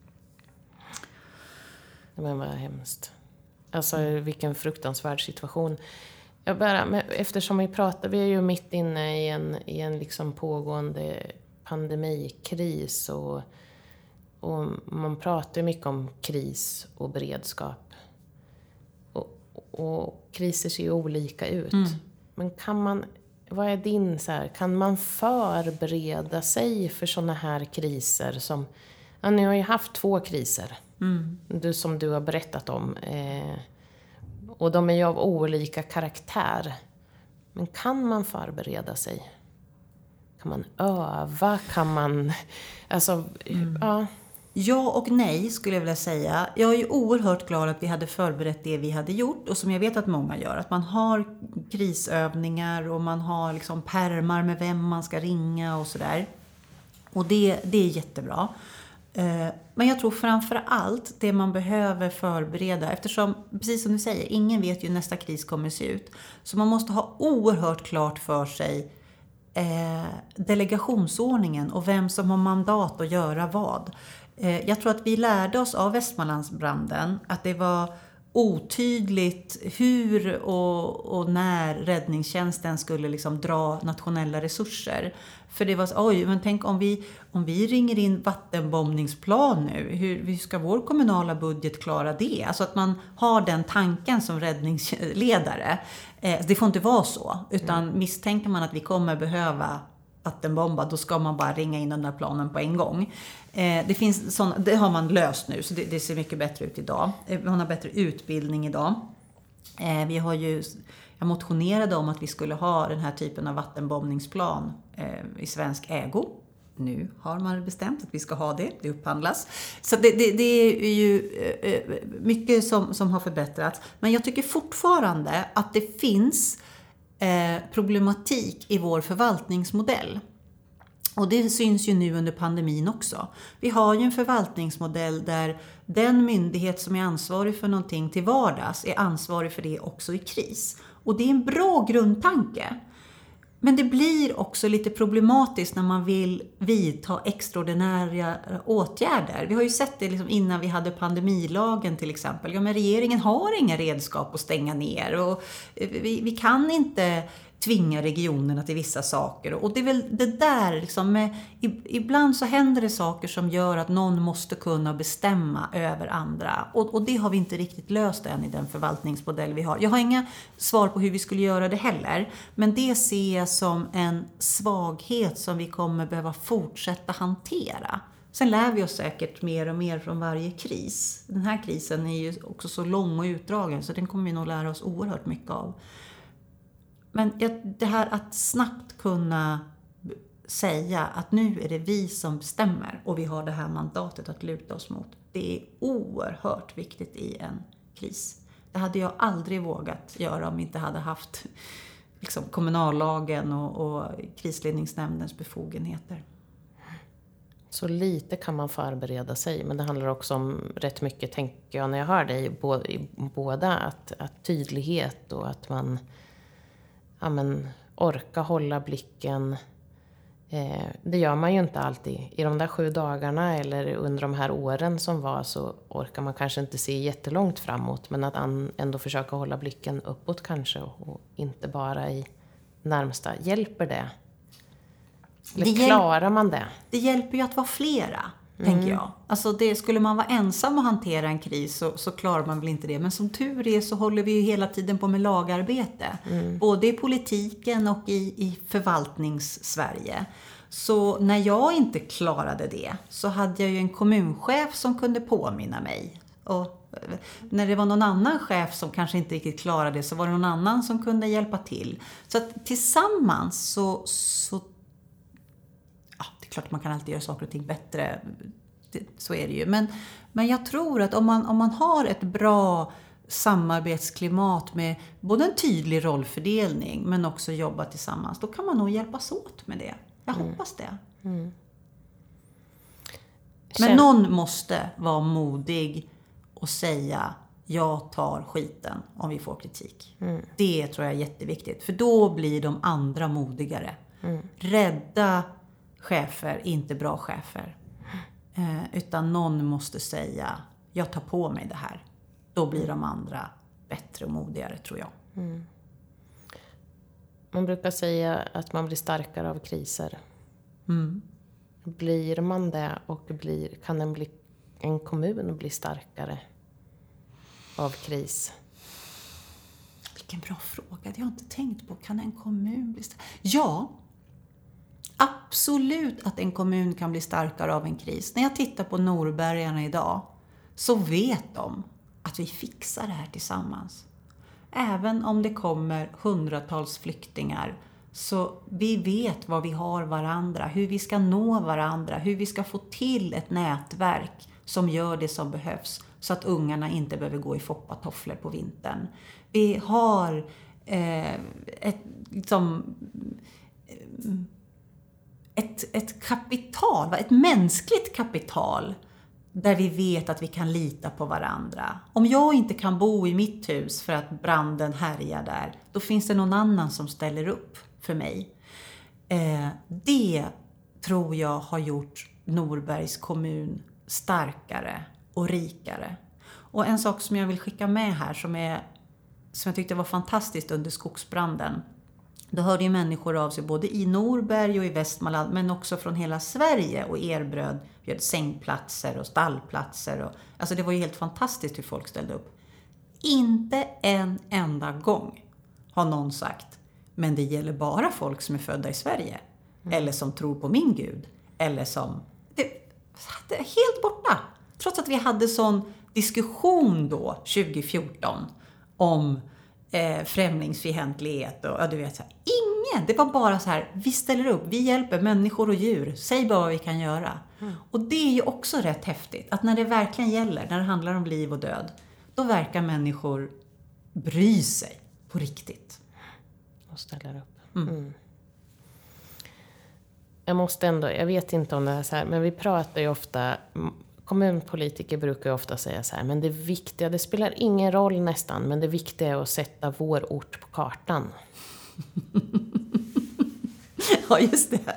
Men vad hemskt. Alltså vilken fruktansvärd situation. Eftersom vi är ju mitt inne i en liksom pågående pandemikris och man pratar mycket om kris och beredskap. Och kriser ser ju olika ut. Men vad är din kan man förbereda sig för såna här kriser som, ni har ju haft 2 kriser. Som du har berättat om. Och de är ju av olika karaktär. Men kan man förbereda sig? Kan man öva? Kan man... Alltså, ja. Ja och nej skulle jag vilja säga. Jag är ju oerhört glad att vi hade förberett det vi hade gjort. Och som jag vet att många gör. Att man har krisövningar och man har liksom pärmar med vem man ska ringa och sådär. Och det är jättebra. Men jag tror framför allt det man behöver förbereda, eftersom, precis som du säger, ingen vet ju hur nästa kris kommer se ut. Så man måste ha oerhört klart för sig delegationsordningen och vem som har mandat att göra vad. Jag tror att vi lärde oss av Västmanlandsbranden att det var otydligt hur och när räddningstjänsten skulle liksom dra nationella resurser. För det var men tänk om vi ringer in vattenbombningsplan nu, hur ska vår kommunala budget klara det? Alltså att man har den tanken som räddningsledare. Det får inte vara så, utan misstänker man att vi kommer behöva vattenbomba, då ska man bara ringa in den där planen på en gång. Det finns såna, det har man löst nu, så det ser mycket bättre ut idag. Man har bättre utbildning idag. Jag motionerade om att vi skulle ha den här typen av vattenbombningsplan i svensk ägo. Nu har man bestämt att vi ska ha det upphandlas. Så det är ju mycket som har förbättrats. Men jag tycker fortfarande att det finns problematik i vår förvaltningsmodell. Och det syns ju nu under pandemin också. Vi har ju en förvaltningsmodell där den myndighet som är ansvarig för någonting till vardags är ansvarig för det också i kris. Och det är en bra grundtanke. Men det blir också lite problematiskt när man vill vidta extraordinära åtgärder. Vi har ju sett det liksom innan vi hade pandemilagen till exempel. Ja, men regeringen har inga redskap att stänga ner. Och vi kan inte tvinga regionerna till vissa saker. Och det är väl det där liksom, ibland så händer det saker som gör att någon måste kunna bestämma över andra. Och det har vi inte riktigt löst än i den förvaltningsmodell vi har. Jag har inga svar på hur vi skulle göra det heller. Men det ser jag som en svaghet som vi kommer behöva fortsätta hantera. Sen lär vi oss säkert mer och mer från varje kris. Den här krisen är ju också så lång och utdragen, så den kommer vi nog lära oss oerhört mycket av. Men det här att snabbt kunna säga att nu är det vi som bestämmer och vi har det här mandatet att luta oss mot. Det är oerhört viktigt i en kris. Det hade jag aldrig vågat göra om vi inte hade haft liksom, kommunallagen och krisledningsnämndens befogenheter. Så lite kan man förbereda sig, men det handlar också om rätt mycket, tänker jag när jag hör dig, i båda att tydlighet och att man orkar hålla blicken. Det gör man ju inte alltid. I de där 7 dagarna eller under de här åren som var så orkar man kanske inte se jättelångt framåt, men att ändå försöka hålla blicken uppåt kanske och inte bara i närmsta. Hjälper det? Eller klarar man det? Det hjälper ju att vara flera, tänker jag. Alltså skulle man vara ensam och hantera en kris så klarar man väl inte det. Men som tur är så håller vi ju hela tiden på med lagarbete. Både i politiken och i förvaltnings-Sverige. Så när jag inte klarade det så hade jag ju en kommunchef som kunde påminna mig. Och när det var någon annan chef som kanske inte riktigt klarade det så var det någon annan som kunde hjälpa till. Så att tillsammans så det är klart att man kan alltid göra saker och ting bättre. Så är det ju. Men jag tror att om man har ett bra samarbetsklimat med både en tydlig rollfördelning men också jobba tillsammans, då kan man nog hjälpas åt med det. Jag hoppas det. Men någon måste vara modig och säga jag tar skiten om vi får kritik. Det tror jag är jätteviktigt. För då blir de andra modigare. Rädda chefer, inte bra chefer. Utan någon måste säga jag tar på mig det här. Då blir de andra bättre och modigare, tror jag. Man brukar säga att man blir starkare av kriser. Blir man det och kan en kommun bli starkare av kris? Vilken bra fråga. Det har jag inte tänkt på. Kan en kommun bli starkare? Ja, absolut att en kommun kan bli starkare av en kris. När jag tittar på Norbergarna idag så vet de att vi fixar det här tillsammans. Även om det kommer hundratals flyktingar så vi vet vad vi har varandra, hur vi ska nå varandra, hur vi ska få till ett nätverk som gör det som behövs så att ungarna inte behöver gå i foppatofflor på vintern. Vi har ett kapital, ett mänskligt kapital där vi vet att vi kan lita på varandra. Om jag inte kan bo i mitt hus för att branden härjar där, då finns det någon annan som ställer upp för mig. Det tror jag har gjort Norbergs kommun starkare och rikare. Och en sak som jag vill skicka med här som jag tyckte var fantastiskt under skogsbranden. Då hörde ju människor av sig både i Norberg och i Västmanland men också från hela Sverige och erbjöd sängplatser och stallplatser. Alltså det var ju helt fantastiskt hur folk ställde upp. Inte en enda gång har någon sagt men det gäller bara folk som är födda i Sverige. Eller som tror på min Gud. Eller som... Det är helt borta. Trots att vi hade sån diskussion då 2014 om främlingsfientlighet och du vet så här, ingen, det var bara så här, vi ställer upp, vi hjälper människor och djur, säg bara vad vi kan göra. Och det är ju också rätt häftigt att när det verkligen gäller, när det handlar om liv och död, då verkar människor bry sig på riktigt och ställer upp. Jag vet inte om det är så här, men vi pratar ju ofta, kommunpolitiker brukar ju ofta säga så här, men det spelar ingen roll nästan, men det viktiga är att sätta vår ort på kartan. Ja, just det.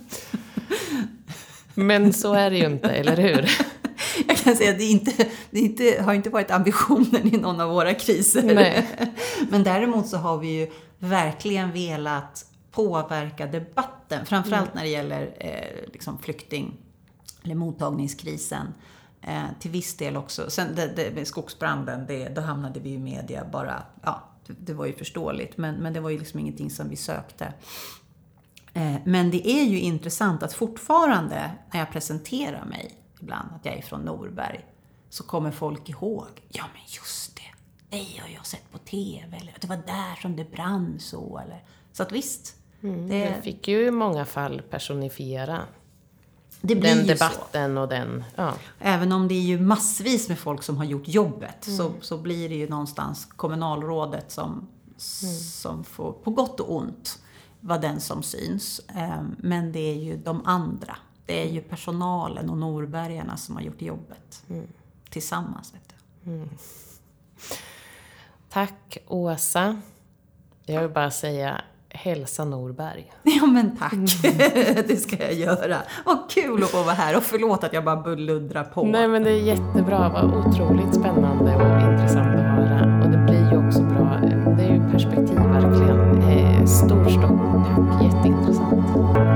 Men så är det ju inte, eller hur? Jag kan säga att det har inte varit ambitionen i någon av våra kriser. Nej. Men däremot så har vi ju verkligen velat påverka debatten. Framförallt när det gäller liksom flykting- eller mottagningskrisen. Till viss del också. Sen med skogsbranden, då hamnade vi i media bara. Ja, det var ju förståeligt. Men det var ju liksom ingenting som vi sökte. Men det är ju intressant att fortfarande när jag presenterar mig ibland att jag är från Norberg, så kommer folk ihåg. Ja, men just det. Det har jag sett på tv. Eller det var där som det brann så. Eller. Så att visst. Det fick ju i många fall personifiera Det blir den ju debatten så. och den. Ja. Även om det är ju massvis med folk som har gjort jobbet, så blir det ju någonstans kommunalrådet som får, på gott och ont, vara den som syns. Men det är ju de andra. Det är ju personalen och norbergarna som har gjort jobbet tillsammans. Vet du. Tack Åsa. Jag vill bara säga hälsa Norberg. Ja, men tack. Det ska jag göra. Vad kul att få vara här. Och förlåt att jag bara bluddrar på. Nej, men det är jättebra. Vad otroligt spännande och intressant att höra. Och det blir ju också bra. Det är ju perspektiv verkligen. Stort tack. Jätteintressant.